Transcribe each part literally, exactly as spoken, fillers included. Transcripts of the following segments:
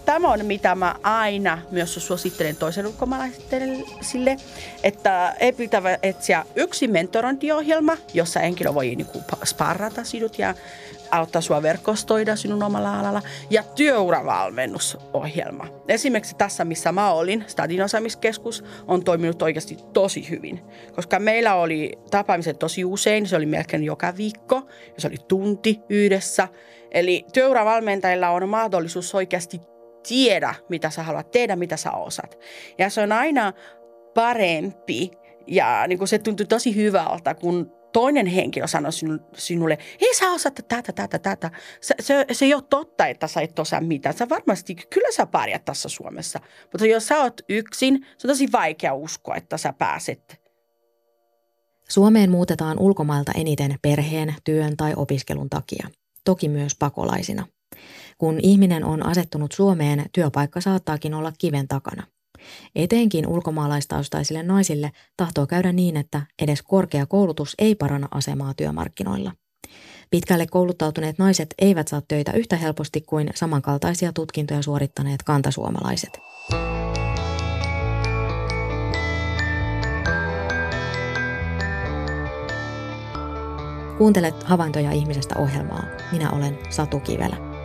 tämä on mitä mä aina myös suosittelen toisen ulkomaalaisille, että ei pitää etsiä yksi mentorointiohjelma, jossa henkilö voi niin kuin sparrata sinut ja auttaa sua verkostoida sinun omalla alalla, ja työuravalmennusohjelma. Esimerkiksi tässä, missä mä olin, Stadin osaamiskeskus on toiminut oikeasti tosi hyvin, koska meillä oli tapaamiset tosi usein, se oli melkein joka viikko, ja se oli tunti yhdessä. Eli työuravalmentajilla on mahdollisuus oikeasti tiedä, mitä sä haluat tehdä, mitä sä osaat. Ja se on aina parempi, ja niin kuin se tuntuu tosi hyvältä, kun toinen henkilö sanoo sinulle, ei sä osaat tätä, tätä, tätä. Se, se, se ei ole totta, että sä et osaa mitään. Sä varmasti, kyllä sä pärjät tässä Suomessa. Mutta jos sä oot yksin, se on tosi vaikea uskoa, että sä pääset. Suomeen muutetaan ulkomailta eniten perheen, työn tai opiskelun takia. Toki myös pakolaisina. Kun ihminen on asettunut Suomeen, työpaikka saattaakin olla kiven takana. Etenkin ulkomaalaistaustaisille naisille tahtoo käydä niin, että edes korkea koulutus ei paranna asemaa työmarkkinoilla. Pitkälle kouluttautuneet naiset eivät saa töitä yhtä helposti kuin samankaltaisia tutkintoja suorittaneet kantasuomalaiset. Kuuntelet Havaintoja ihmisestä -ohjelmaa. Minä olen Satu Kivelä.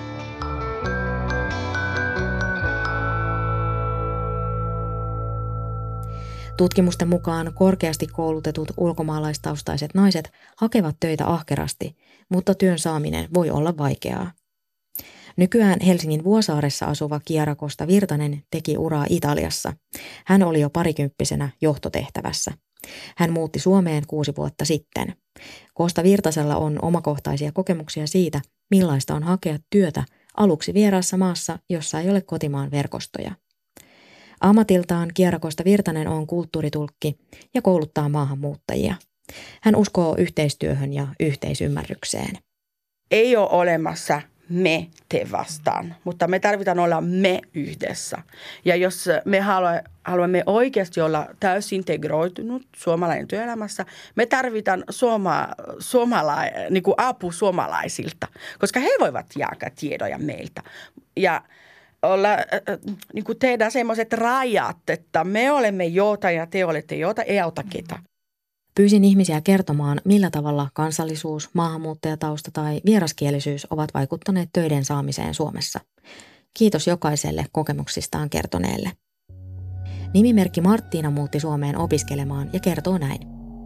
Tutkimusten mukaan korkeasti koulutetut ulkomaalaistaustaiset naiset hakevat töitä ahkerasti, mutta työn saaminen voi olla vaikeaa. Nykyään Helsingin Vuosaaressa asuva Kiara Kosta Virtanen teki uraa Italiassa. Hän oli jo parikymppisenä johtotehtävässä. Hän muutti Suomeen kuusi vuotta sitten. Kosta Virtasella on omakohtaisia kokemuksia siitä, millaista on hakea työtä aluksi vieraassa maassa, jossa ei ole kotimaan verkostoja. Ammatiltaan Kiara Kosta Virtanen on kulttuuritulkki ja kouluttaa maahanmuuttajia. Hän uskoo yhteistyöhön ja yhteisymmärrykseen. Ei ole olemassa me te vastaan, mutta me tarvitaan olla me yhdessä. Ja jos me haluamme oikeasti olla täysin integroitunut suomalainen työelämässä, me tarvitaan suoma, suomala, niin kuin apu suomalaisilta, koska he voivat jakaa tiedoja meiltä. Ja olla, niin kuin tehdä semmoiset rajat, että me olemme joota ja te olette joota, ei auta ketä. Pyysin ihmisiä kertomaan, millä tavalla kansallisuus, maahanmuuttajatausta tai vieraskielisyys ovat vaikuttaneet töiden saamiseen Suomessa. Kiitos jokaiselle kokemuksistaan kertoneelle. Nimimerkki Marttiina muutti Suomeen opiskelemaan ja kertoo näin.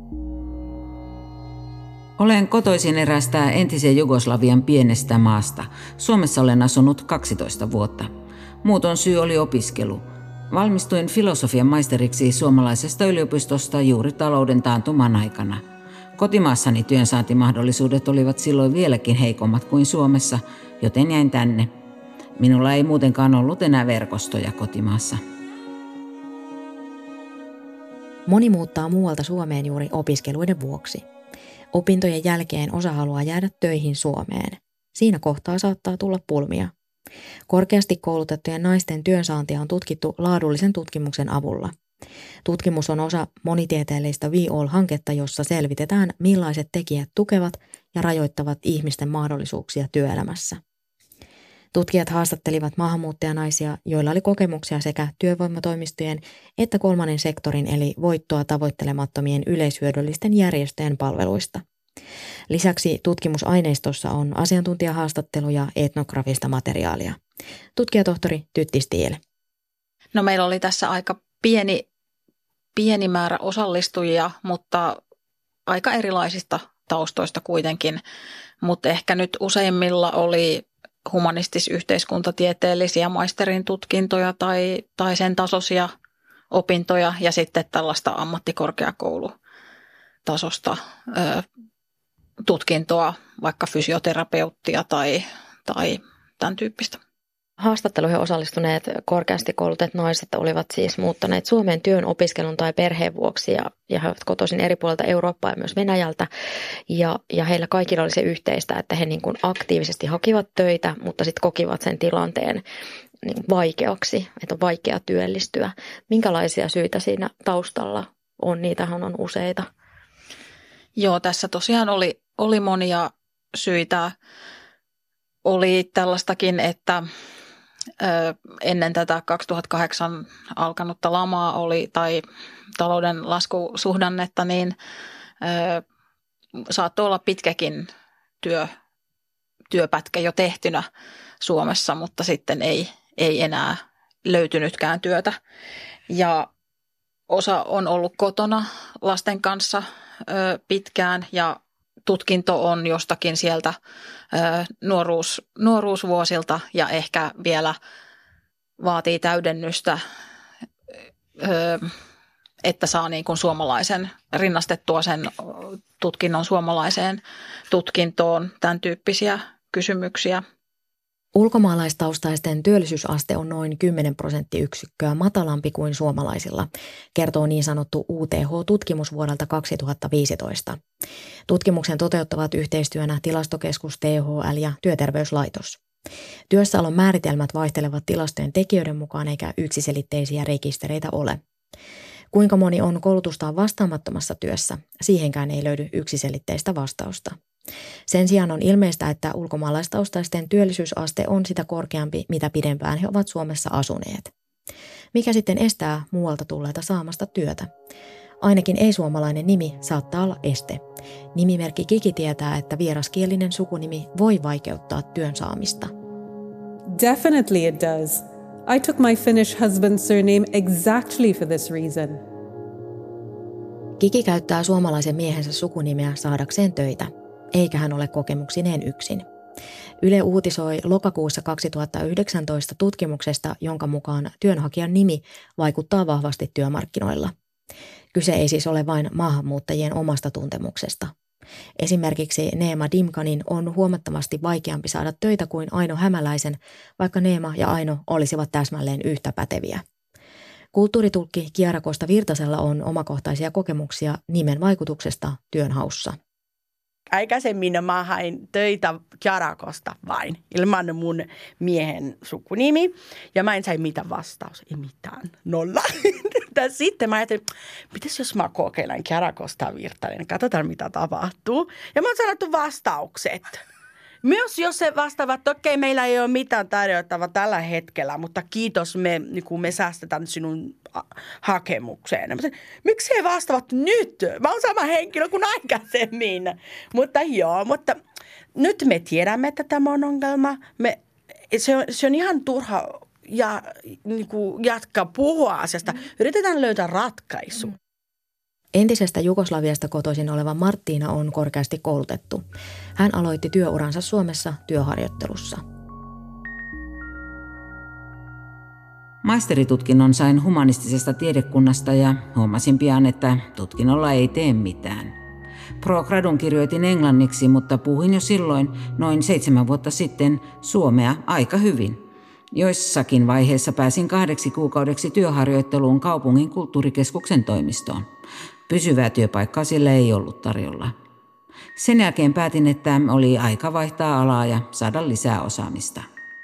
Olen kotoisin eräästä entisen Jugoslavian pienestä maasta. Suomessa olen asunut kaksitoista vuotta. Muuton syy oli opiskelu. Valmistuin filosofian maisteriksi suomalaisesta yliopistosta juuri talouden taantuman aikana. Kotimaassani työnsaantimahdollisuudet olivat silloin vieläkin heikommat kuin Suomessa, joten jäin tänne. Minulla ei muutenkaan ollut enää verkostoja kotimaassa. Moni muuttaa muualta Suomeen juuri opiskeluiden vuoksi. Opintojen jälkeen osa haluaa jäädä töihin Suomeen. Siinä kohtaa saattaa tulla pulmia. Korkeasti koulutettujen naisten työnsaantia on tutkittu laadullisen tutkimuksen avulla. Tutkimus on osa monitieteellistä We All-hanketta, jossa selvitetään, millaiset tekijät tukevat ja rajoittavat ihmisten mahdollisuuksia työelämässä. Tutkijat haastattelivat maahanmuuttajanaisia, joilla oli kokemuksia sekä työvoimatoimistojen että kolmannen sektorin eli voittoa tavoittelemattomien yleishyödyllisten järjestöjen palveluista. Lisäksi tutkimusaineistossa on asiantuntijahaastatteluja ja etnografista materiaalia. Tutkijatohtori Tytti Stiel. No meillä oli tässä aika pieni, pieni määrä osallistujia, mutta aika erilaisista taustoista kuitenkin. Mutta ehkä nyt useimmilla oli humanistis-yhteiskuntatieteellisiä maisterin tutkintoja tai, tai sen tasoisia opintoja ja sitten tällaista ammattikorkeakoulutasosta ö, tutkintoa, vaikka fysioterapeuttia tai, tai tämän tyyppistä. Haastatteluihin osallistuneet korkeasti koulutetut naiset olivat siis muuttaneet Suomeen työn, opiskelun tai perheen vuoksi ja, ja he ovat kotoisin eri puolilta Eurooppaa ja myös Venäjältä. Ja, ja heillä kaikilla oli se yhteistä, että he niin kuin aktiivisesti hakivat töitä, mutta sitten kokivat sen tilanteen niin vaikeaksi, että on vaikea työllistyä. Minkälaisia syitä siinä taustalla on? Niitähän on useita. Joo, tässä tosiaan oli, oli monia syitä. Oli tällaistakin, että ennen tätä kaksituhattakahdeksan alkanutta lamaa oli tai talouden laskusuhdannetta, niin saattoi olla pitkäkin työ, työpätkä jo tehtynä Suomessa, mutta sitten ei, ei enää löytynytkään työtä. Ja osa on ollut kotona lasten kanssa pitkään ja tutkinto on jostakin sieltä nuoruus, nuoruusvuosilta ja ehkä vielä vaatii täydennystä, että saa niin kuin suomalaisen rinnastettua sen tutkinnon suomalaiseen tutkintoon, tämän tyyppisiä kysymyksiä. Ulkomaalaistaustaisten työllisyysaste on noin kymmenen prosenttiyksikköä matalampi kuin suomalaisilla, kertoo niin sanottu U T H-tutkimus vuodelta kaksituhattaviisitoista. Tutkimuksen toteuttavat yhteistyönä Tilastokeskus, T H L ja Työterveyslaitos. Työssäolon määritelmät vaihtelevat tilastojen tekijöiden mukaan eikä yksiselitteisiä rekistereitä ole. Kuinka moni on koulutustaan vastaamattomassa työssä, siihenkään ei löydy yksiselitteistä vastausta. Sen sijaan on ilmeistä, että ulkomaalaistaustaisten työllisyysaste on sitä korkeampi, mitä pidempään he ovat Suomessa asuneet. Mikä sitten estää muualta tulleita saamasta työtä? Ainakin ei-suomalainen nimi saattaa olla este. Nimimerkki Kiki tietää, että vieraskielinen sukunimi voi vaikeuttaa työn saamista. Definitely it does. I took my Finnish husband's surname exactly for this reason. Kiki käyttää suomalaisen miehensä sukunimeä saadakseen töitä, eikä hän ole kokemuksineen yksin. Yle uutisoi lokakuussa kaksituhattayhdeksäntoista tutkimuksesta, jonka mukaan työnhakijan nimi vaikuttaa vahvasti työmarkkinoilla. Kyse ei siis ole vain maahanmuuttajien omasta tuntemuksesta. Esimerkiksi Neema Dimkanin on huomattavasti vaikeampi saada töitä kuin Aino Hämäläisen, vaikka Neema ja Aino olisivat täsmälleen yhtä päteviä. Kulttuuritulkki Kiara Kosta Virtasella on omakohtaisia kokemuksia nimen vaikutuksesta työnhaussa. Aikaisemmin mä hain töitä Kiarakosta vain, ilman mun miehen sukunimi. Ja mä en sai mitään vastaus, ei mitään, nolla. Sitten mä ajattelin, mitäs jos mä kokeilen Kiarakosta Virtanen, katsotaan mitä tapahtuu. Ja mä oon sanottu vastaukset. Myös jos se vastaavat, että okei, meillä ei ole mitään tarjottavaa tällä hetkellä, mutta kiitos, me, niin kuin me säästetään sinun hakemukseen. Mä sanoin, miksi he vastaavat nyt? Mä oon sama henkilö kuin aikaisemmin. Mutta joo, mutta nyt me tiedämme, että tämä on ongelma. Me, se, on, se on ihan turha ja, niin kuin jatkaa puhua asiasta. Yritetään löytää ratkaisu. Entisestä Jugoslaviasta kotoisin oleva Marttiina on korkeasti koulutettu. Hän aloitti työuransa Suomessa työharjoittelussa. Maisteritutkinnon sain humanistisesta tiedekunnasta ja huomasin pian, että tutkinnolla ei tee mitään. Pro gradun kirjoitin englanniksi, mutta puhuin jo silloin, noin seitsemän vuotta sitten, suomea aika hyvin. Joissakin vaiheessa pääsin kahdeksi kuukaudeksi työharjoitteluun kaupungin kulttuurikeskuksen toimistoon. Pysyvää työpaikkaa sillä ei ollut tarjolla. Sen jälkeen päätin, että oli aika vaihtaa alaa ja saada lisää osaamista.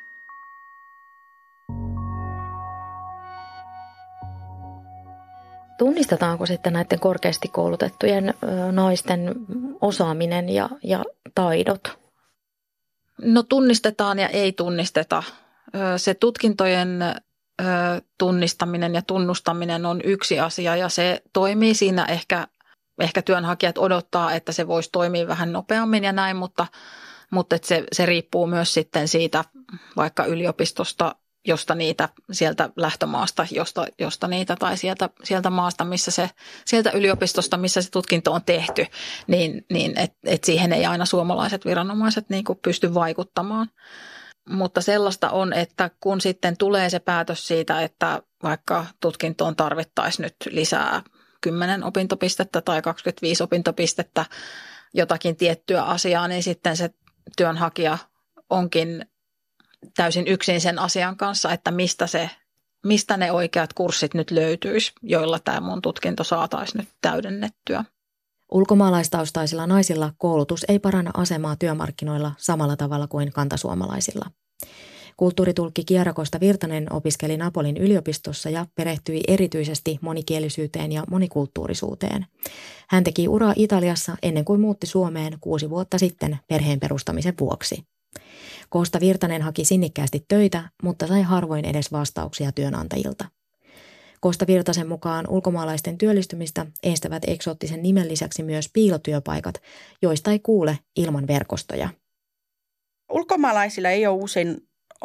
Tunnistetaanko sitten näiden korkeasti koulutettujen naisten osaaminen ja, ja taidot? No tunnistetaan ja ei tunnisteta. Se tutkintojen tunnistaminen ja tunnustaminen on yksi asia ja se toimii siinä ehkä, ehkä työnhakijat odottaa, että se voisi toimia vähän nopeammin ja näin, mutta, mutta että se, se riippuu myös sitten siitä vaikka yliopistosta, josta niitä sieltä lähtömaasta, josta, josta niitä tai sieltä, sieltä maasta, missä se, sieltä yliopistosta, missä se tutkinto on tehty, niin, niin että et siihen ei aina suomalaiset viranomaiset niin kuin pysty vaikuttamaan. Mutta sellaista on, että kun sitten tulee se päätös siitä, että vaikka tutkintoon tarvittaisiin nyt lisää kymmenen opintopistettä tai kaksikymmentäviisi opintopistettä jotakin tiettyä asiaa, niin sitten se työnhakija onkin täysin yksin sen asian kanssa, että mistä, se, mistä ne oikeat kurssit nyt löytyisi, joilla tämä mun tutkinto saataisiin nyt täydennettyä. Ulkomaalaistaustaisilla naisilla koulutus ei paranna asemaa työmarkkinoilla samalla tavalla kuin kantasuomalaisilla. Kulttuuritulkki Kiara Kosta Virtanen opiskeli Napolin yliopistossa ja perehtyi erityisesti monikielisyyteen ja monikulttuurisuuteen. Hän teki uraa Italiassa ennen kuin muutti Suomeen kuusi vuotta sitten perheen perustamisen vuoksi. Koosta Virtanen haki sinnikkäästi töitä, mutta sai harvoin edes vastauksia työnantajilta. Koosta Virtasen mukaan ulkomaalaisten työllistymistä estävät eksoottisen nimen lisäksi myös piilotyöpaikat, joista ei kuule ilman verkostoja. Ulkomaalaisilla ei ole usein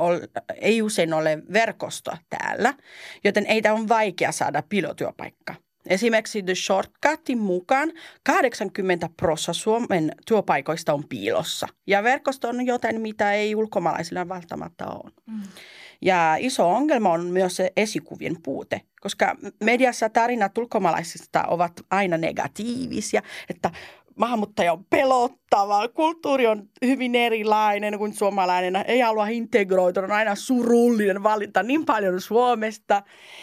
ei usein ole verkostoa täällä, joten ei tämä on vaikea saada piilotyöpaikka. Esimerkiksi The Shortcutin mukaan kahdeksankymmentä prosenttia Suomen työpaikoista on piilossa. Ja verkosto on jotain, mitä ei ulkomaalaisilla välttämättä ole. Mm. Ja iso ongelma on myös se esikuvien puute, koska mediassa tarinat ulkomaalaisista ovat aina negatiivisia, että maahanmuuttaja on pelottava, kulttuuri on hyvin erilainen kuin suomalainen, ei halua integroitua, on aina surullinen valinta niin paljon Suomesta.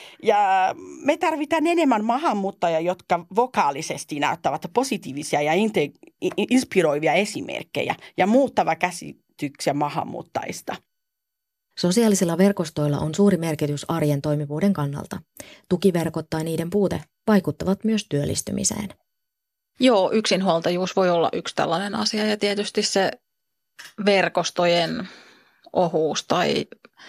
Ja me tarvitaan enemmän maahanmuuttajia, jotka vokaalisesti näyttävät positiivisia ja inte- inspiroivia esimerkkejä ja muuttava käsityksiä maahanmuuttajista. Sosiaalisilla verkostoilla on suuri merkitys arjen toimivuuden kannalta. Tukiverkot tai niiden puute vaikuttavat myös työllistymiseen. Joo, yksinhuoltajuus voi olla yksi tällainen asia ja tietysti se verkostojen ohuus tai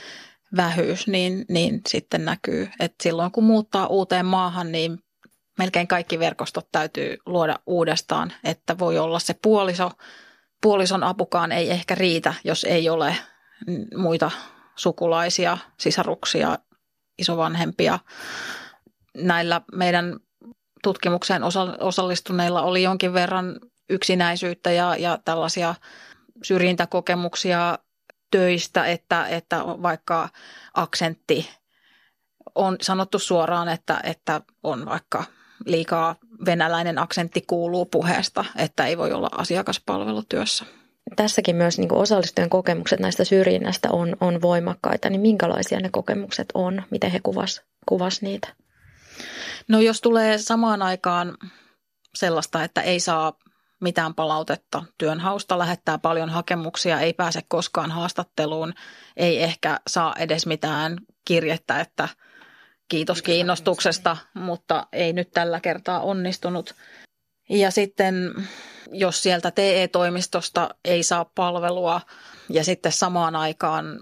vähyys niin, niin sitten näkyy, että silloin kun muuttaa uuteen maahan, niin melkein kaikki verkostot täytyy luoda uudestaan, että voi olla se puoliso, puolison apukaan ei ehkä riitä, jos ei ole muita sukulaisia, sisaruksia, isovanhempia. Näillä meidän tutkimukseen osallistuneilla oli jonkin verran yksinäisyyttä ja, ja tällaisia syrjintäkokemuksia töistä, että, että vaikka aksentti on sanottu suoraan, että, että on vaikka liikaa venäläinen aksentti kuuluu puheesta, että ei voi olla asiakaspalvelutyössä. Tässäkin myös niin kuin osallistujien kokemukset näistä syrjinnästä on, on voimakkaita, niin minkälaisia ne kokemukset on, miten he kuvas, kuvas niitä? No jos tulee samaan aikaan sellaista, että ei saa mitään palautetta työnhausta, lähettää paljon hakemuksia, ei pääse koskaan haastatteluun, ei ehkä saa edes mitään kirjettä, että kiitos kiinnostuksesta, mutta ei nyt tällä kertaa onnistunut. Ja sitten jos sieltä T E-toimistosta ei saa palvelua ja sitten samaan aikaan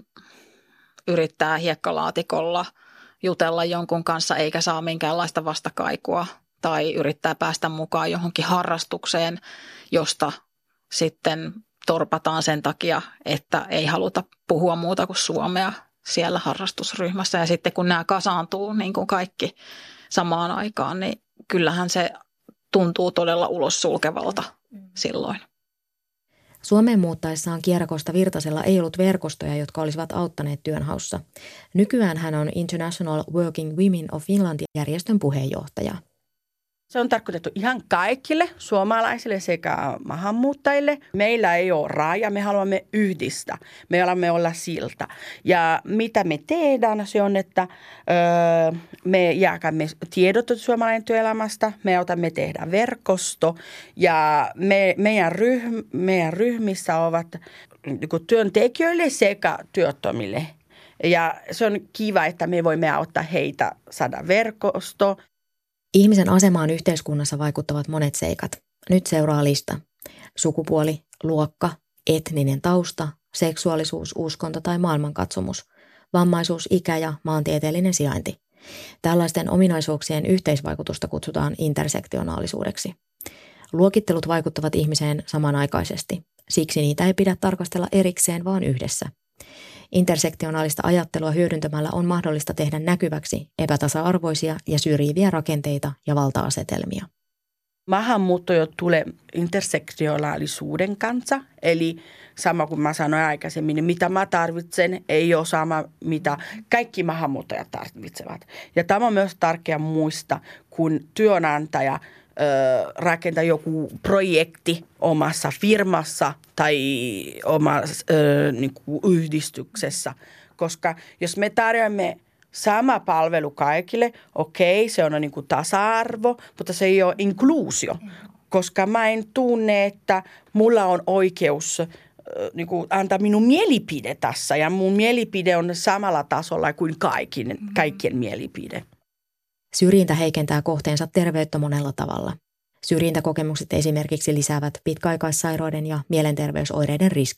yrittää hiekkalaatikolla jutella jonkun kanssa eikä saa minkäänlaista vastakaikua tai yrittää päästä mukaan johonkin harrastukseen, josta sitten torpataan sen takia, että ei haluta puhua muuta kuin suomea siellä harrastusryhmässä. Ja sitten kun nämä kasaantuu niin kuin kaikki samaan aikaan, niin kyllähän se tuntuu todella ulos sulkevalta silloin. Suomeen muuttaessaan Kiera Koosta Virtasella ei ollut verkostoja, jotka olisivat auttaneet työnhaussa. Nykyään hän on International Working Women of Finland-järjestön puheenjohtaja. Se on tarkoitettu ihan kaikille suomalaisille sekä maahanmuuttajille. Meillä ei ole raja, me haluamme yhdistää, me haluamme olla silta. Ja mitä me tehdään, se on, että öö, me jakamme tiedot suomalainen työelämästä, me otamme tehdä verkosto ja me, meidän, ryhm, meidän ryhmissä ovat niin työntekijöille sekä työttömille. Ja se on kiva, että me voimme auttaa heitä saada verkosto. Ihmisen asemaan yhteiskunnassa vaikuttavat monet seikat. Nyt seuraa lista. Sukupuoli, luokka, etninen tausta, seksuaalisuus, uskonto tai maailmankatsomus, vammaisuus, ikä ja maantieteellinen sijainti. Tällaisten ominaisuuksien yhteisvaikutusta kutsutaan intersektionaalisuudeksi. Luokittelut vaikuttavat ihmiseen samanaikaisesti. Siksi niitä ei pidä tarkastella erikseen, vaan yhdessä. Intersektionaalista ajattelua hyödyntämällä on mahdollista tehdä näkyväksi epätasa-arvoisia ja syrjiviä rakenteita ja valta-asetelmia. Maahanmuutto tulee intersektionaalisuuden kanssa, eli sama kuin mä sanoin aikaisemmin, niin mitä mä tarvitsen ei ole sama, mitä kaikki maahanmuuttajat tarvitsevat. Ja tämä on myös tärkeää muistaa, kun työnantaja ö, rakentaa joku projekti omassa firmassa tai omassa ö, niin kuin yhdistyksessä, koska jos me tarjoamme sama palvelu kaikille, okei, se on niin kuin tasa-arvo, mutta se ei ole inkluusio, koska mä en tunne, että mulla on oikeus äh, niin kuin antaa minun mielipide tässä ja mun mielipide on samalla tasolla kuin kaikkien, kaikkien mielipide. Syrjintä heikentää kohteensa terveyttä monella tavalla. Syrjintäkokemukset esimerkiksi lisäävät pitkäaikaissairauden ja mielenterveysoireiden riskiä.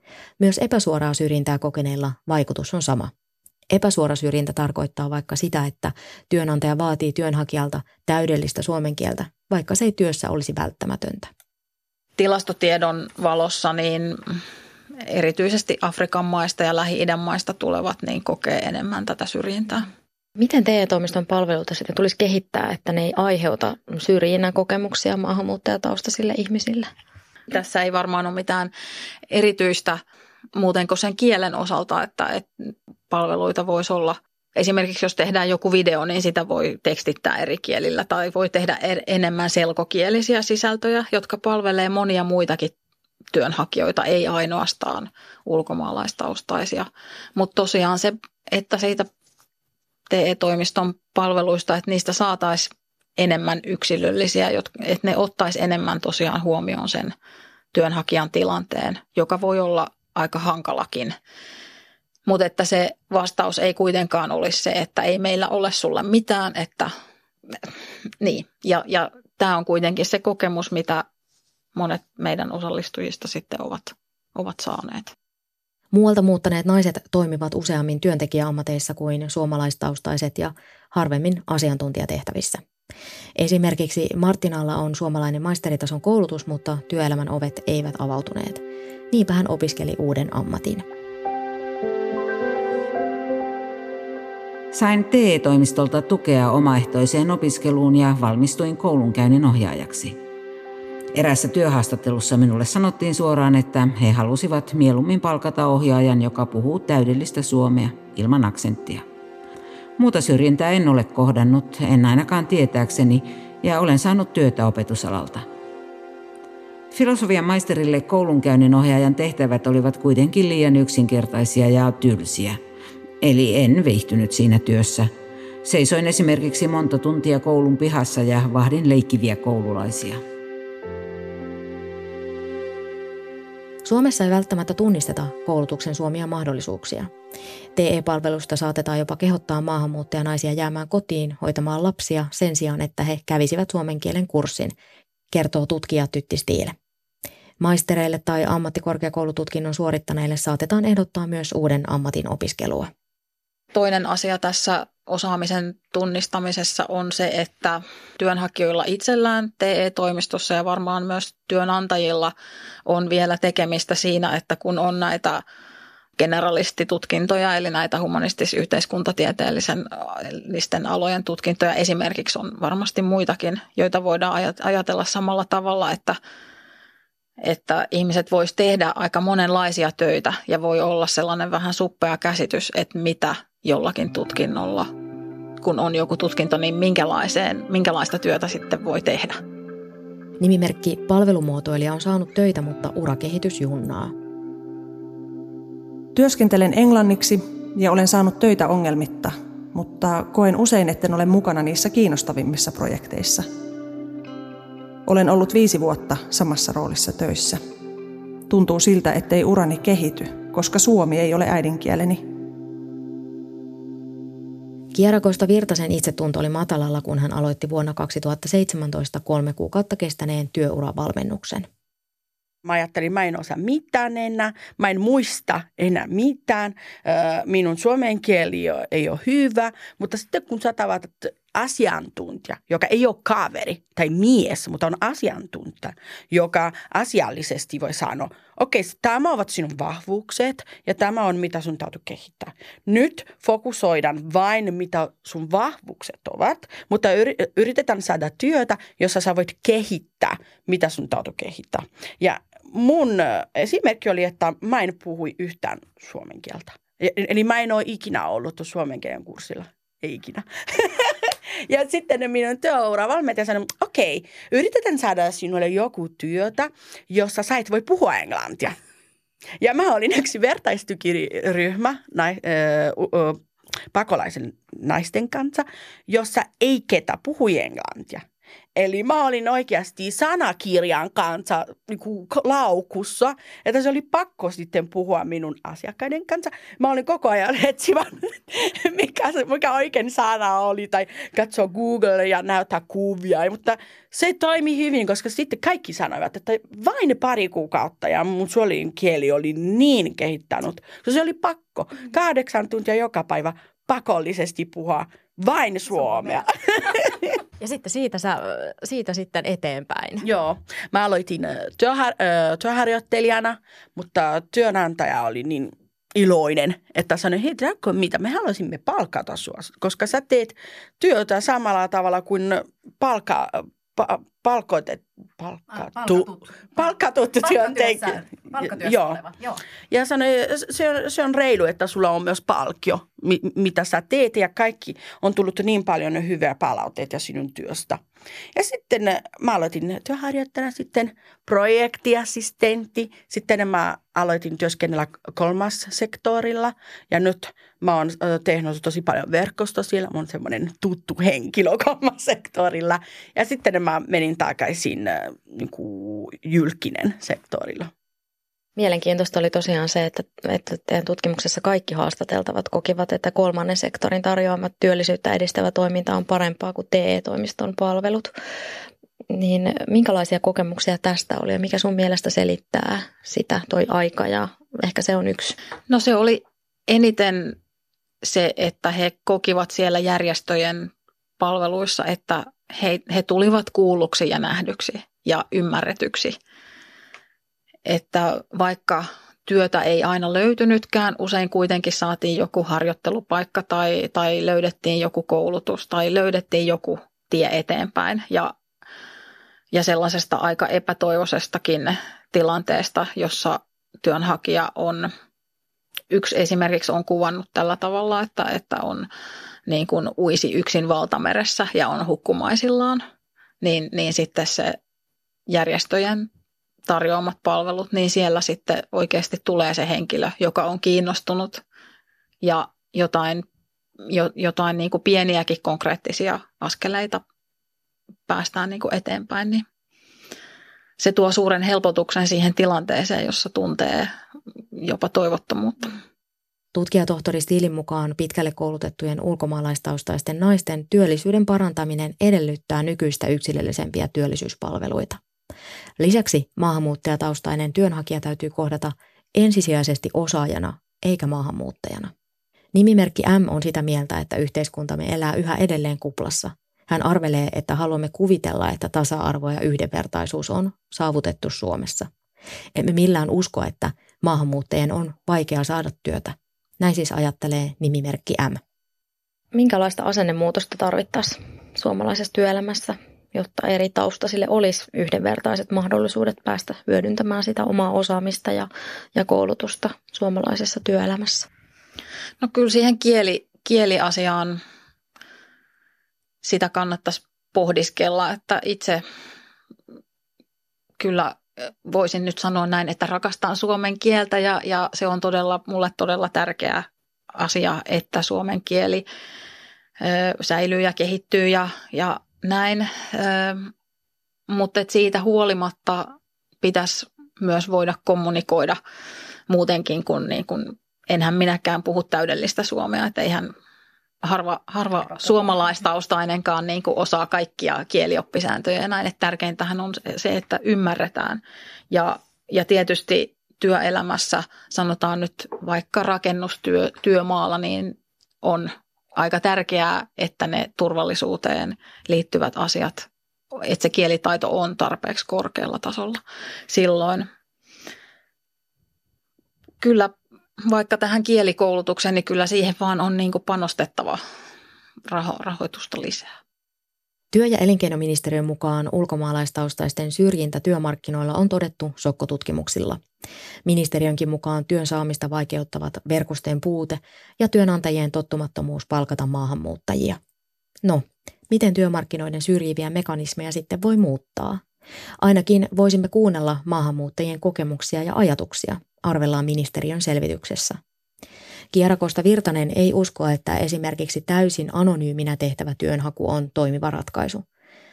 Myös epäsuoraa syrjintää kokeneilla vaikutus on sama. Epäsuora syrjintä tarkoittaa vaikka sitä, että työnantaja vaatii työnhakijalta täydellistä suomen kieltä, vaikka se ei työssä olisi välttämätöntä. Tilastotiedon valossa niin erityisesti Afrikan maista ja Lähi-idän maista tulevat niin kokee enemmän tätä syrjintää. Miten T E-toimiston palveluita sitten tulisi kehittää, että ne ei aiheuta syrjinnän kokemuksia maahanmuuttajataustaisille ihmisille? Tässä ei varmaan ole mitään erityistä muuten kuin sen kielen osalta, että, että palveluita voisi olla. Esimerkiksi jos tehdään joku video, niin sitä voi tekstittää eri kielillä tai voi tehdä enemmän selkokielisiä sisältöjä, jotka palvelee monia muitakin työnhakijoita, ei ainoastaan ulkomaalaistaustaisia. Mutta tosiaan se, että siitä T E-toimiston palveluista, että niistä saataisiin enemmän yksilöllisiä, että ne ottaisi enemmän tosiaan huomioon sen työnhakijan tilanteen, joka voi olla aika hankalakin. Mutta että se vastaus ei kuitenkaan olisi se, että ei meillä ole sulle mitään, että niin. Ja, ja tämä on kuitenkin se kokemus, mitä monet meidän osallistujista sitten ovat, ovat saaneet. Muualta muuttaneet naiset toimivat useammin työntekijäammateissa kuin suomalaistaustaiset ja harvemmin asiantuntijatehtävissä. Esimerkiksi Martinalla on suomalainen maisteritason koulutus, mutta työelämän ovet eivät avautuneet. Niinpä hän opiskeli uuden ammatin. Sain T E-toimistolta tukea omaehtoiseen opiskeluun ja valmistuin koulunkäynnin ohjaajaksi. Eräässä työhaastattelussa minulle sanottiin suoraan, että he halusivat mieluummin palkata ohjaajan, joka puhuu täydellistä suomea ilman aksenttia. Muuta syrjintää en ole kohdannut, en ainakaan tietääkseni, ja olen saanut työtä opetusalalta. Filosofian maisterille koulunkäynnin ohjaajan tehtävät olivat kuitenkin liian yksinkertaisia ja tylsiä. Eli en viihtynyt siinä työssä. Seisoin esimerkiksi monta tuntia koulun pihassa ja vahdin leikkiviä koululaisia. Suomessa ei välttämättä tunnisteta koulutuksen suomia mahdollisuuksia. T E-palvelusta saatetaan jopa kehottaa maahanmuuttajanaisia jäämään kotiin hoitamaan lapsia sen sijaan, että he kävisivät suomen kielen kurssin, kertoo tutkija Tytti Stiile. Maistereille tai ammattikorkeakoulututkinnon suorittaneille saatetaan ehdottaa myös uuden ammatin opiskelua. Toinen asia tässä osaamisen tunnistamisessa on se, että työnhakijoilla itsellään T E-toimistossa ja varmaan myös työnantajilla on vielä tekemistä siinä, että kun on näitä generalistitutkintoja, eli näitä humanistis-yhteiskuntatieteellisten alojen tutkintoja esimerkiksi on varmasti muitakin, joita voidaan ajatella samalla tavalla, että että ihmiset vois tehdä aika monenlaisia töitä ja voi olla sellainen vähän suppea käsitys, että mitä jollakin tutkinnolla, kun on joku tutkinto, niin minkälaiseen, minkälaista työtä sitten voi tehdä. Nimimerkki palvelumuotoilija on saanut töitä, mutta urakehitys junnaa. Työskentelen englanniksi ja olen saanut töitä ongelmitta, mutta koen usein, etten ole mukana niissä kiinnostavimmissa projekteissa. Olen ollut viisi vuotta samassa roolissa töissä. Tuntuu siltä, ettei urani kehity, koska suomi ei ole äidinkieleni. Kierakoista Virtasen itsetunto oli matalalla, kun hän aloitti vuonna kaksituhattaseitsemäntoista kolme kuukautta kestäneen työuravalmennuksen. Mä ajattelin, mä en osaa mitään enää, mä en muista enää mitään, minun suomen kieli ei ole hyvä, mutta sitten kun sä tavat asiantuntija, joka ei ole kaveri tai mies, mutta on asiantuntija, joka asiallisesti voi sanoa, okei, okay, tämä ovat sinun vahvuukset ja tämä on mitä sun täytyy kehittää. Nyt fokusoidaan vain mitä sun vahvuukset ovat, mutta yritetään saada työtä, jossa sä voit kehittää mitä sun täytyy kehittää. Ja mun esimerkki oli, että mä en puhui yhtään suomen kieltä. Eli mä en ole ikinä ollut suomen kielen kurssilla. Ei ikinä. Ja sitten minun työuravalmentaja sanoi, okei, okay, yritetään saada sinulle joku työtä, jossa sä et voi puhua englantia. Ja mä olin yksi vertaistukiryhmä nai, ö, ö, pakolaisen naisten kanssa, jossa ei ketä puhui englantia. Eli mä olin oikeasti sanakirjan kanssa niin kuin laukussa, että se oli pakko sitten puhua minun asiakkaiden kanssa. Mä olin koko ajan etsivä, mikä, mikä oikein sana oli, tai katsoa Google ja näyttää kuvia. Mutta se toimi hyvin, koska sitten kaikki sanoivat, että vain pari kuukautta ja mun suolin kieli oli niin kehittänyt. Se oli pakko. Kahdeksan tuntia joka päivä pakollisesti puhua vain suomea. Ja sitten siitä, sä, siitä sitten eteenpäin. Joo. Mä aloitin työhar- työharjoittelijana, mutta työnantaja oli niin iloinen, että sanoi, hei, tiedätkö mitä, me haluaisimme palkata sua, koska sä teet työtä samalla tavalla kuin palkka, pa, palkoitet, palkkattu, palkkatuttu työntekijä. Palkkatyössä oleva, joo. Ja sanoi, se on, se on reilu, että sulla on myös palkkio, mitä sä teet, ja kaikki on tullut niin paljon hyviä palautteita sinun työstä. Ja sitten mä aloitin työharjoittajana, sitten projektiassistentti, sitten mä aloitin työskennellä kolmas sektorilla, ja nyt mä oon tehnyt tosi paljon verkostoa siellä, mä oon semmoinen tuttu henkilö kolmas sektorilla, ja sitten mä menin takaisin niin kuin julkinen sektorilla. Mielenkiintoista oli tosiaan se, että, että teidän tutkimuksessa kaikki haastateltavat kokivat, että kolmannen sektorin tarjoamat työllisyyttä edistävä toiminta on parempaa kuin T E-toimiston palvelut. Niin minkälaisia kokemuksia tästä oli ja mikä sun mielestä selittää sitä, toi aika ja ehkä se on yksi? No se oli eniten se, että he kokivat siellä järjestöjen palveluissa, että he, he tulivat kuulluksi ja nähdyksi ja ymmärretyksi. Että vaikka työtä ei aina löytynytkään, usein kuitenkin saatiin joku harjoittelupaikka tai, tai löydettiin joku koulutus tai löydettiin joku tie eteenpäin. Ja, ja sellaisesta aika epätoivoisestakin tilanteesta, jossa työnhakija on, yksi esimerkiksi on kuvannut tällä tavalla, että, että on niin kuin uisi yksin valtameressä ja on hukkumaisillaan, niin, niin sitten se järjestöjen tarjoamat palvelut, niin siellä sitten oikeasti tulee se henkilö, joka on kiinnostunut ja jotain, jo, jotain niin kuin pieniäkin konkreettisia askeleita päästään niin kuin eteenpäin, niin se tuo suuren helpotuksen siihen tilanteeseen, jossa tuntee jopa toivottomuutta. Tutkijatohtori Stiilin mukaan pitkälle koulutettujen ulkomaalaistaustaisten naisten työllisyyden parantaminen edellyttää nykyistä yksilöllisempiä työllisyyspalveluita. Lisäksi maahanmuuttajataustainen työnhakija täytyy kohdata ensisijaisesti osaajana eikä maahanmuuttajana. Nimimerkki M on sitä mieltä, että yhteiskuntamme elää yhä edelleen kuplassa. Hän arvelee, että haluamme kuvitella, että tasa-arvo ja yhdenvertaisuus on saavutettu Suomessa. Emme millään usko, että maahanmuuttajien on vaikea saada työtä. Näin siis ajattelee nimimerkki M. Minkälaista asennemuutosta tarvittaisiin suomalaisessa työelämässä, jotta eri taustaisille olisi yhdenvertaiset mahdollisuudet päästä hyödyntämään sitä omaa osaamista ja, ja koulutusta suomalaisessa työelämässä? No kyllä siihen kieli, kieliasiaan sitä kannattaisi pohdiskella, että itse kyllä voisin nyt sanoa näin, että rakastan suomen kieltä ja, ja se on todella mulle todella tärkeä asia, että suomen kieli ö, säilyy ja kehittyy ja, ja näin, ö, mutta et siitä huolimatta pitäisi myös voida kommunikoida muutenkin kuin, niin kuin enhän minäkään puhu täydellistä suomea, että eihän harva, harva suomalaistaustainenkaan niin kuin osaa kaikkia kielioppisääntöjä ja näin, että tärkeintähän on se, että ymmärretään ja, ja tietysti työelämässä sanotaan nyt vaikka rakennustyömaalla, niin on aika tärkeää, että ne turvallisuuteen liittyvät asiat, että se kielitaito on tarpeeksi korkealla tasolla silloin. Kyllä vaikka tähän kielikoulutukseen, niin kyllä siihen vaan on niin kuin panostettava raho- rahoitusta lisää. Työ- ja elinkeinoministeriön mukaan ulkomaalaistaustaisten syrjintä työmarkkinoilla on todettu sokkotutkimuksilla. Ministeriönkin mukaan työn saamista vaikeuttavat verkostojen puute ja työnantajien tottumattomuus palkata maahanmuuttajia. No, miten työmarkkinoiden syrjiviä mekanismeja sitten voi muuttaa? Ainakin voisimme kuunnella maahanmuuttajien kokemuksia ja ajatuksia, arvellaan ministeriön selvityksessä. Kiara Kosta-Virtanen ei usko, että esimerkiksi täysin anonyyminä tehtävä työnhaku on toimiva ratkaisu.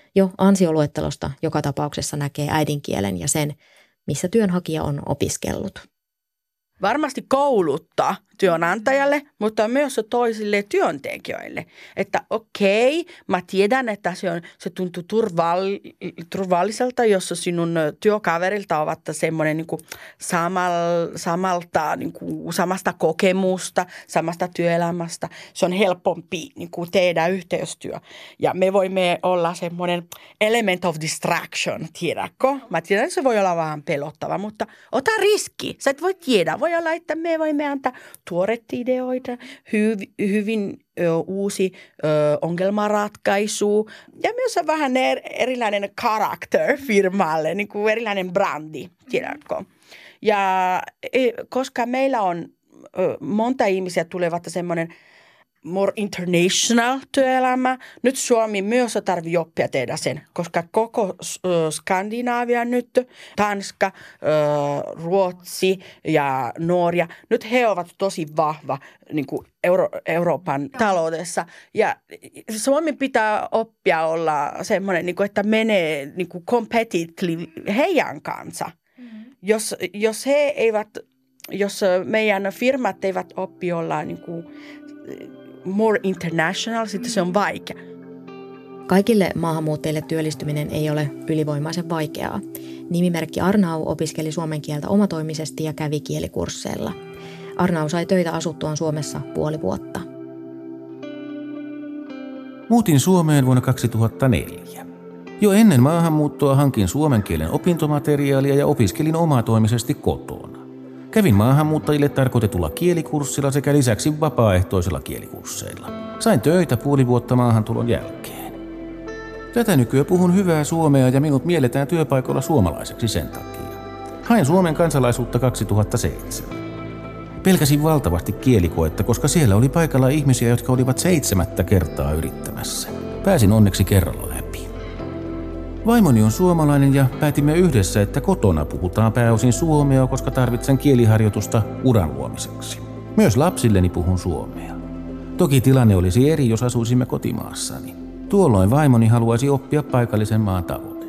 Jo ansioluettelosta joka tapauksessa näkee äidinkielen ja sen, missä työnhakija on opiskellut. Varmasti kouluttaa työnantajalle, mutta myös toisille työntekijöille. Että okei, mä tiedän, että se, on, se tuntuu turval, turvalliselta, jos sinun työkaverilta ovat semmoinen niin kuin samal, samalta, niin kuin samasta kokemusta, samasta työelämästä. Se on helpompi niin kuin tehdä yhteistyö. Ja me voimme olla semmoinen element of distraction, tiedätkö? Mä tiedän, että se voi olla vähän pelottava, mutta ota riski. Sä et voi tiedä. Voi olla, että me voimme antaa tuoreita ideoita, hyv- hyvin ö, uusi ö, ongelmanratkaisu ja myös vähän er, erilainen character firmalle, niin kuin erilainen brandi, tiedätkö? Ja e, koska meillä on ö, monta ihmisiä tulevat semmoinen more international työelämä. Nyt Suomi myös tarvitsee oppia tehdä sen, koska koko Skandinavia nyt, Tanska, Ruotsi ja Norja, nyt he ovat tosi vahva niin kuin Euro- Euroopan taloudessa. Ja Suomi pitää oppia olla semmoinen, niin kuin, että menee niin kuin competitively heidän kanssa. Mm-hmm. Jos, jos he eivät, jos meidän firmat eivät oppi olla niin kuin more international, sitten se on vaikea. Kaikille maahanmuuttajille työllistyminen ei ole ylivoimaisen vaikeaa. Nimimerkki Arnau opiskeli suomen kieltä omatoimisesti ja kävi kielikursseilla. Arnau sai töitä asuttuaan Suomessa puoli vuotta. Muutin Suomeen vuonna kaksituhattaneljä. Jo ennen maahanmuuttoa hankin suomen kielen opintomateriaalia ja opiskelin omatoimisesti kotona. Kävin maahanmuuttajille tarkoitetulla kielikurssilla sekä lisäksi vapaaehtoisilla kielikursseilla. Sain töitä puoli vuotta maahantulon jälkeen. Tätä nykyään puhun hyvää suomea ja minut mielletään työpaikoilla suomalaiseksi sen takia. Hain Suomen kansalaisuutta kaksituhattaseitsemän. Pelkäsin valtavasti kielikoetta, koska siellä oli paikalla ihmisiä, jotka olivat seitsemättä kertaa yrittämässä. Pääsin onneksi kerralla läpi. Vaimoni on suomalainen ja päätimme yhdessä, että kotona puhutaan pääosin suomea, koska tarvitsen kieliharjoitusta uran luomiseksi. Myös lapsilleni puhun suomea. Toki tilanne olisi eri, jos asuisimme kotimaassani. Tuolloin vaimoni haluaisi oppia paikallisen maan tavoille.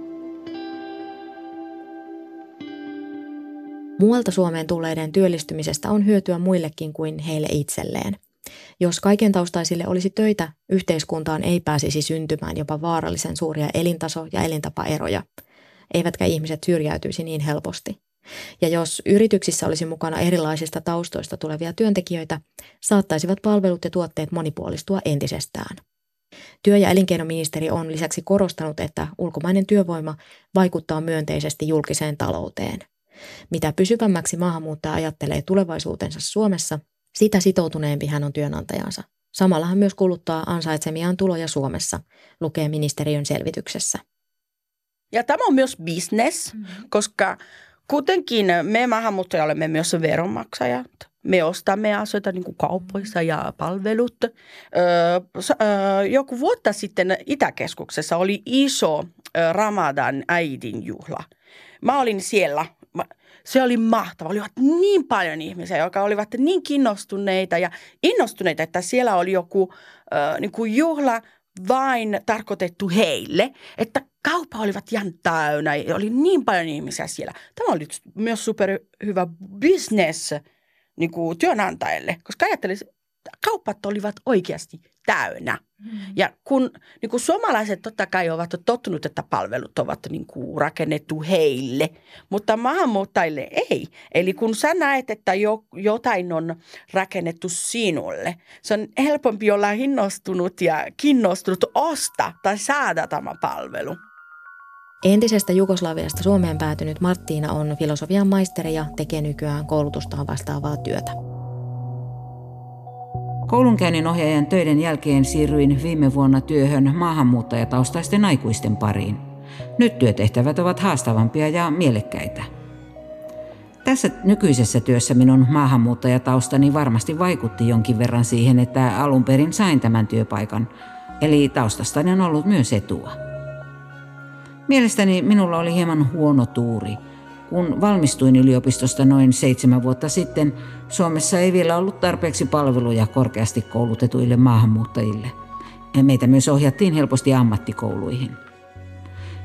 Muualta Suomeen tulleiden työllistymisestä on hyötyä muillekin kuin heille itselleen. Jos kaiken taustaisille olisi töitä, yhteiskuntaan ei pääsisi syntymään jopa vaarallisen suuria elintaso- ja elintapaeroja, eivätkä ihmiset syrjäytyisi niin helposti. Ja jos yrityksissä olisi mukana erilaisista taustoista tulevia työntekijöitä, saattaisivat palvelut ja tuotteet monipuolistua entisestään. Työ- ja elinkeinoministeri on lisäksi korostanut, että ulkomainen työvoima vaikuttaa myönteisesti julkiseen talouteen. Mitä pysyvämmäksi maahanmuuttaja ajattelee tulevaisuutensa Suomessa, sitä sitoutuneempi hän on työnantajansa. Samalla hän myös kuluttaa ansaitsemiaan tuloja Suomessa, lukee ministeriön selvityksessä. Ja tämä on myös business, mm-hmm. koska kuitenkin me maahanmuuttajat olemme myös veronmaksajat. Me ostamme asioita niin kuin kaupoissa ja palvelut. Öö, öö, joku vuotta sitten Itäkeskuksessa oli iso ö, Ramadan äidin juhla. Mä olin siellä. Se oli mahtava. Olivat niin paljon ihmisiä, jotka olivat niin kiinnostuneita ja innostuneita, että siellä oli joku äh, niin kuin juhla vain tarkoitettu heille, että kauppa olivat ihan täynnä. Oli niin paljon ihmisiä siellä. Tämä oli myös superhyvä business niin kuin työnantajille, koska ajattelin, kauppat olivat oikeasti täynnä. Mm. Ja kun niin kuin suomalaiset totta kai ovat tottunut, että palvelut ovat niin kuin rakennettu heille, mutta maahanmuuttajille ei. Eli kun sä näet, että jo, jotain on rakennettu sinulle, se on helpompi olla innostunut ja kiinnostunut ostaa tai saada tämä palvelu. Entisestä Jugoslaviasta Suomeen päätynyt Marttiina on filosofian maisteri ja tekee nykyään koulutustaan vastaavaa työtä. Koulunkäynnin ohjaajan töiden jälkeen siirryin viime vuonna työhön maahanmuuttajataustaisten aikuisten pariin. Nyt työtehtävät ovat haastavampia ja mielekkäitä. Tässä nykyisessä työssä minun maahanmuuttajataustani varmasti vaikutti jonkin verran siihen, että alun perin sain tämän työpaikan, eli taustastani on ollut myös etua. Mielestäni minulla oli hieman huono tuuri. Kun valmistuin yliopistosta noin seitsemän vuotta sitten, Suomessa ei vielä ollut tarpeeksi palveluja korkeasti koulutetuille maahanmuuttajille. Meitä myös ohjattiin helposti ammattikouluihin.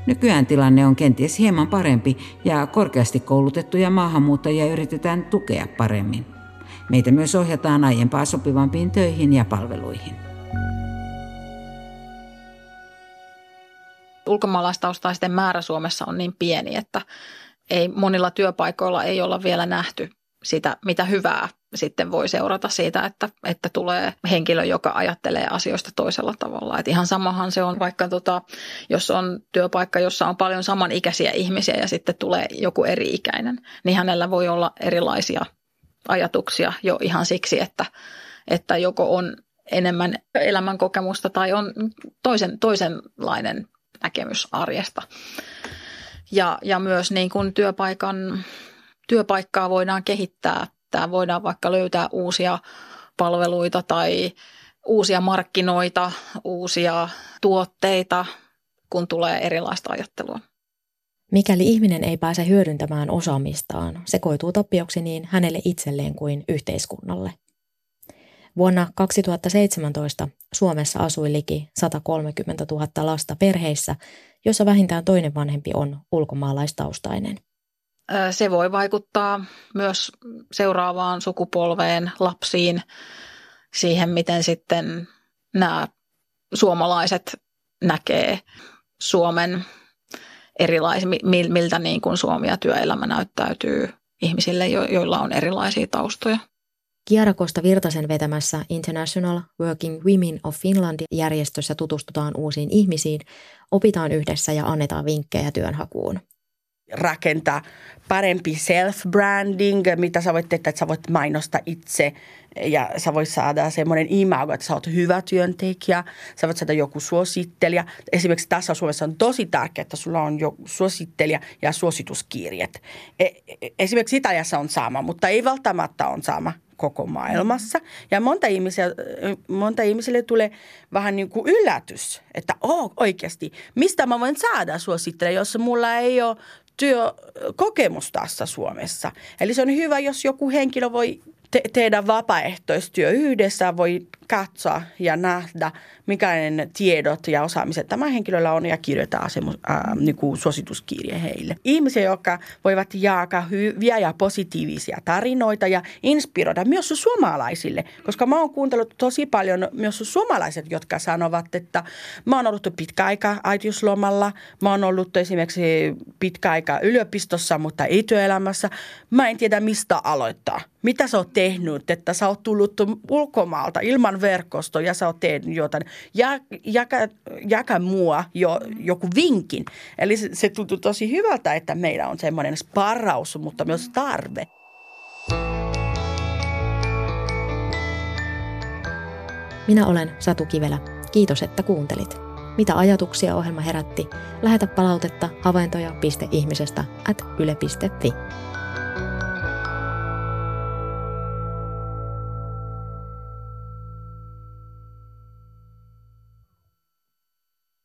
Nykyään tilanne on kenties hieman parempi ja korkeasti koulutettuja maahanmuuttajia yritetään tukea paremmin. Meitä myös ohjataan aiempaa sopivampiin töihin ja palveluihin. Ulkomaalaistaustaisten määrä Suomessa on niin pieni, että ei, monilla työpaikoilla ei olla vielä nähty sitä, mitä hyvää sitten voi seurata siitä, että, että tulee henkilö, joka ajattelee asioista toisella tavalla. Et ihan samahan se on, vaikka tota, jos on työpaikka, jossa on paljon samanikäisiä ihmisiä ja sitten tulee joku eri-ikäinen, niin hänellä voi olla erilaisia ajatuksia jo ihan siksi, että, että joko on enemmän elämänkokemusta tai on toisen, toisenlainen näkemys arjesta. Ja, ja myös niin kuin työpaikan, työpaikkaa voidaan kehittää. Tää voidaan vaikka löytää uusia palveluita tai uusia markkinoita, uusia tuotteita, kun tulee erilaista ajattelua. Mikäli ihminen ei pääse hyödyntämään osaamistaan, se koituu tappioksi niin hänelle itselleen kuin yhteiskunnalle. Vuonna kaksituhattaseitsemäntoista Suomessa asui liki sata kolmekymmentätuhatta lasta perheissä, jossa vähintään toinen vanhempi on ulkomaalaistaustainen. Se voi vaikuttaa myös seuraavaan sukupolveen, lapsiin, siihen miten sitten nämä suomalaiset näkee Suomen erilaisia, miltä niin kuin Suomi ja työelämä näyttäytyy ihmisille, joilla on erilaisia taustoja. Kiara Kosta Virtasen vetämässä International Working Women of Finland-järjestössä tutustutaan uusiin ihmisiin, opitaan yhdessä ja annetaan vinkkejä työnhakuun. Rakentaa parempi self-branding, mitä sä voit tehdä, että sä voit mainostaa itse ja sä voit saada semmoinen imago, että sä oot hyvä työntekijä, sä voit saada joku suosittelija. Esimerkiksi tässä Suomessa on tosi tärkeää, että sulla on joku suosittelija ja suosituskirjat. Esimerkiksi Italiassa on sama, mutta ei välttämättä on sama koko maailmassa. Ja monta, ihmisiä, monta ihmisille tulee vähän niin kuin yllätys, että oh, oikeasti, mistä mä voin saada suosittelija, jos mulla ei ole työkokemus tässä Suomessa. Eli se on hyvä, jos joku henkilö voi te- tehdä vapaaehtoistyö yhdessä, voi katsoa ja nähdä, mikäinen tiedot ja osaamiset tämä henkilöllä on ja kirjoittaa semmos, ää, niin kuin suosituskirje heille. Ihmisiä, jotka voivat jakaa hyviä ja positiivisia tarinoita ja inspiroida myös suomalaisille, koska mä oon kuuntellut tosi paljon myös suomalaiset, jotka sanovat, että mä oon ollut pitkä aika äitiyslomalla, mä oon ollut esimerkiksi pitkä aika yliopistossa, mutta ei työelämässä. Mä en tiedä, mistä aloittaa. Mitä sä oot tehnyt, että sä oot tullut ulkomaalta ilman verkostoa ja sä oot tehnyt jotain. Ja, jaka, jaka mua jo, joku vinkin. Eli se, se tuntuu tosi hyvältä, että meillä on semmoinen sparraus, mutta myös tarve. Minä olen Satu Kivelä. Kiitos, että kuuntelit. Mitä ajatuksia ohjelma herätti? Lähetä palautetta havaintoja piste ihmisestä at yle piste fi.